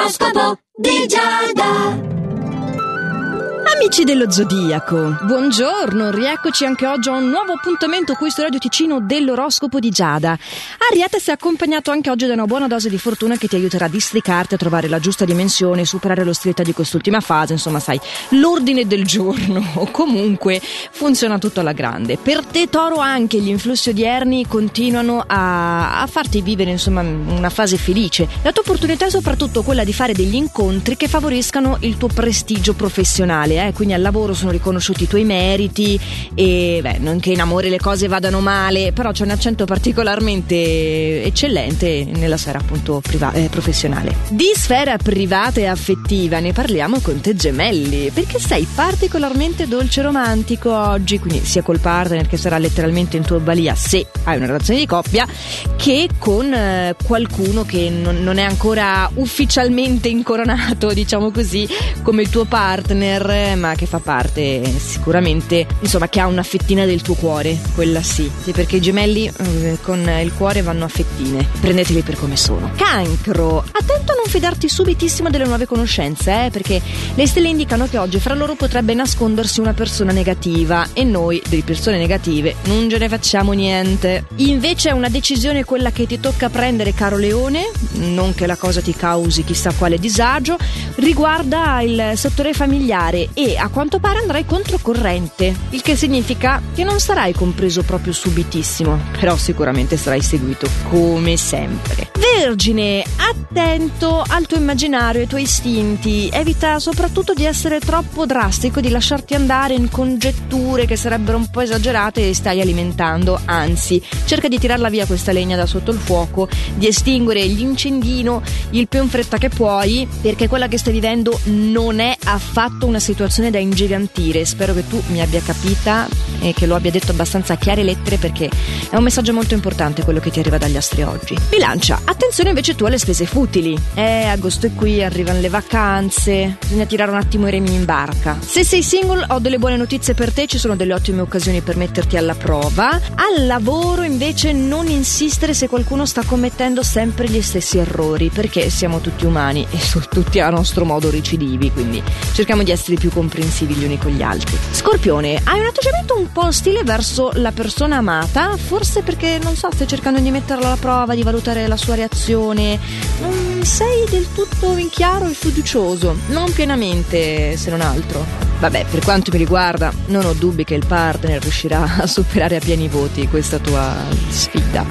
L'oroscopo di Giada. Amici dello Zodiaco, buongiorno, rieccoci anche oggi a un nuovo appuntamento qui su Radio Ticino dell'oroscopo di Giada. Ariete si è accompagnato anche oggi da una buona dose di fortuna che ti aiuterà a districarti, a trovare la giusta dimensione, superare l'ostilità di quest'ultima fase, insomma sai, l'ordine del giorno, o comunque funziona tutto alla grande. Per te Toro anche gli influssi odierni continuano a farti vivere insomma una fase felice. La tua opportunità è soprattutto quella di fare degli incontri che favoriscano il tuo prestigio professionale, quindi al lavoro sono riconosciuti i tuoi meriti e non che in amore le cose vadano male, però c'è un accento particolarmente eccellente nella sfera appunto professionale. Di sfera privata e affettiva ne parliamo con te Gemelli, perché sei particolarmente dolce e romantico oggi, quindi sia col partner che sarà letteralmente in tua balia se hai una relazione di coppia, che con qualcuno che non è ancora ufficialmente incoronato, diciamo così, come il tuo partner, ma che fa parte sicuramente, insomma, che ha una fettina del tuo cuore, quella sì, perché i gemelli con il cuore vanno a fettine, prendeteli per come sono. Cancro, attento a non fidarti subitissimo delle nuove conoscenze, perché le stelle indicano che oggi fra loro potrebbe nascondersi una persona negativa e noi delle persone negative non ce ne facciamo niente. Invece è una decisione quella che ti tocca prendere, caro Leone, non che la cosa ti causi chissà quale disagio, riguarda il settore familiare e a quanto pare andrai controcorrente, il che significa che non sarai compreso proprio subitissimo, però sicuramente sarai seguito come sempre. Vergine, attento al tuo immaginario e ai tuoi istinti, evita soprattutto di essere troppo drastico, di lasciarti andare in congetture che sarebbero un po' esagerate e stai alimentando, anzi cerca di tirarla via questa legna da sotto il fuoco, di estinguere l'incendino il più in fretta che puoi, perché quella che stai vivendo non è affatto una situazione da ingigantire. Spero che tu mi abbia capita e che lo abbia detto abbastanza a chiare lettere, perché è un messaggio molto importante quello che ti arriva dagli astri oggi. Bilancia, attenzione invece tu alle spese futili. Agosto è qui, arrivano le vacanze, bisogna tirare un attimo i remi in barca. Se sei single ho delle buone notizie per te, ci sono delle ottime occasioni per metterti alla prova. Al lavoro invece non insistere se qualcuno sta commettendo sempre gli stessi errori, perché siamo tutti umani e tutti a nostro modo recidivi, quindi cerchiamo di essere più comprensivi gli uni con gli altri. Scorpione, hai un atteggiamento un po' ostile verso la persona amata, forse perché non so, stai cercando di metterla alla prova, di valutare la sua reazione, non sei del tutto in chiaro e fiducioso, non pienamente se non altro. Vabbè, per quanto mi riguarda non ho dubbi che il partner riuscirà a superare a pieni voti questa tua sfida.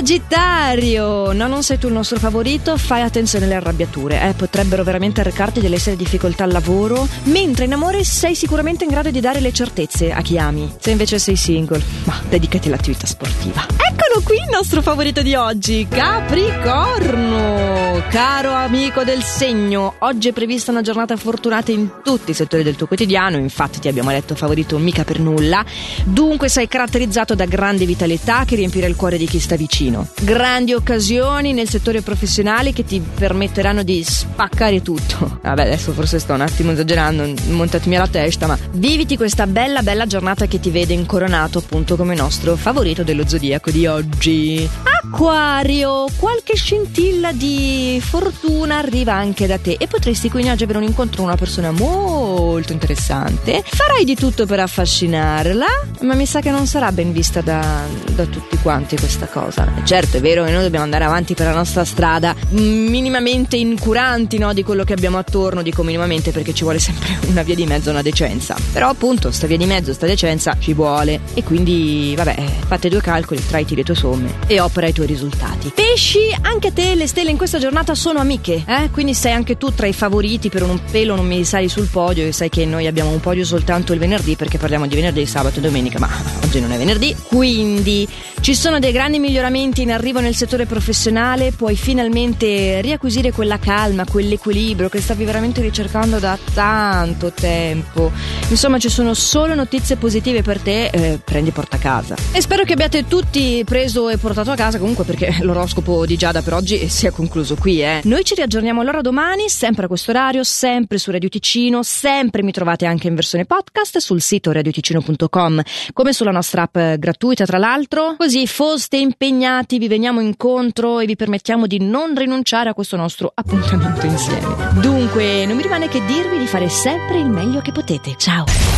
Sagittario, no, non sei tu il nostro favorito, fai attenzione alle arrabbiature, potrebbero veramente arrecarti delle serie difficoltà al lavoro, mentre in amore sei sicuramente in grado di dare le certezze a chi ami. Se invece sei single, dedicati all'attività sportiva. Eccolo qui il nostro favorito di oggi, Capricorno. Caro amico del segno, oggi è prevista una giornata fortunata in tutti i settori del tuo quotidiano, infatti ti abbiamo eletto favorito mica per nulla, dunque sei caratterizzato da grande vitalità che riempirà il cuore di chi sta vicino. Grandi occasioni nel settore professionale che ti permetteranno di spaccare tutto. Vabbè, adesso forse sto un attimo esagerando, montatemi alla testa, ma viviti questa bella giornata che ti vede incoronato appunto come nostro favorito dello zodiaco di oggi. Acquario, qualche scintilla di fortuna arriva anche da te e potresti quindi oggi avere un incontro con una persona molto interessante. Farai di tutto per affascinarla, ma mi sa che non sarà ben vista da tutti quanti questa cosa. Certo, è vero che noi dobbiamo andare avanti per la nostra strada minimamente incuranti, no, di quello che abbiamo attorno, dico minimamente perché ci vuole sempre una via di mezzo, una decenza, però appunto sta via di mezzo, sta decenza ci vuole, e quindi fate due calcoli, traiti le tue somme e opera i tuoi risultati. Pesci, anche te le stelle in questa giornata sono amiche, quindi sei anche tu tra i favoriti, per un pelo non mi sali sul podio, e sai che noi abbiamo un podio soltanto il venerdì perché parliamo di venerdì, sabato e domenica, ma oggi non è venerdì, quindi ci sono dei grandi miglioramenti in arrivo nel settore professionale, puoi finalmente riacquisire quella calma, quell'equilibrio che stavi veramente ricercando da tanto tempo. Insomma, ci sono solo notizie positive per te, prendi e porta a casa. E spero che abbiate tutti preso e portato a casa, comunque, perché l'oroscopo di Giada per oggi si è concluso qui. Noi ci riaggiorniamo allora domani, sempre a questo orario, sempre su Radio Ticino, sempre mi trovate anche in versione podcast sul sito radioticino.com, come sulla nostra app gratuita tra l'altro, così così foste impegnati, vi veniamo incontro e vi permettiamo di non rinunciare a questo nostro appuntamento insieme. Dunque, non mi rimane che dirvi di fare sempre il meglio che potete. Ciao!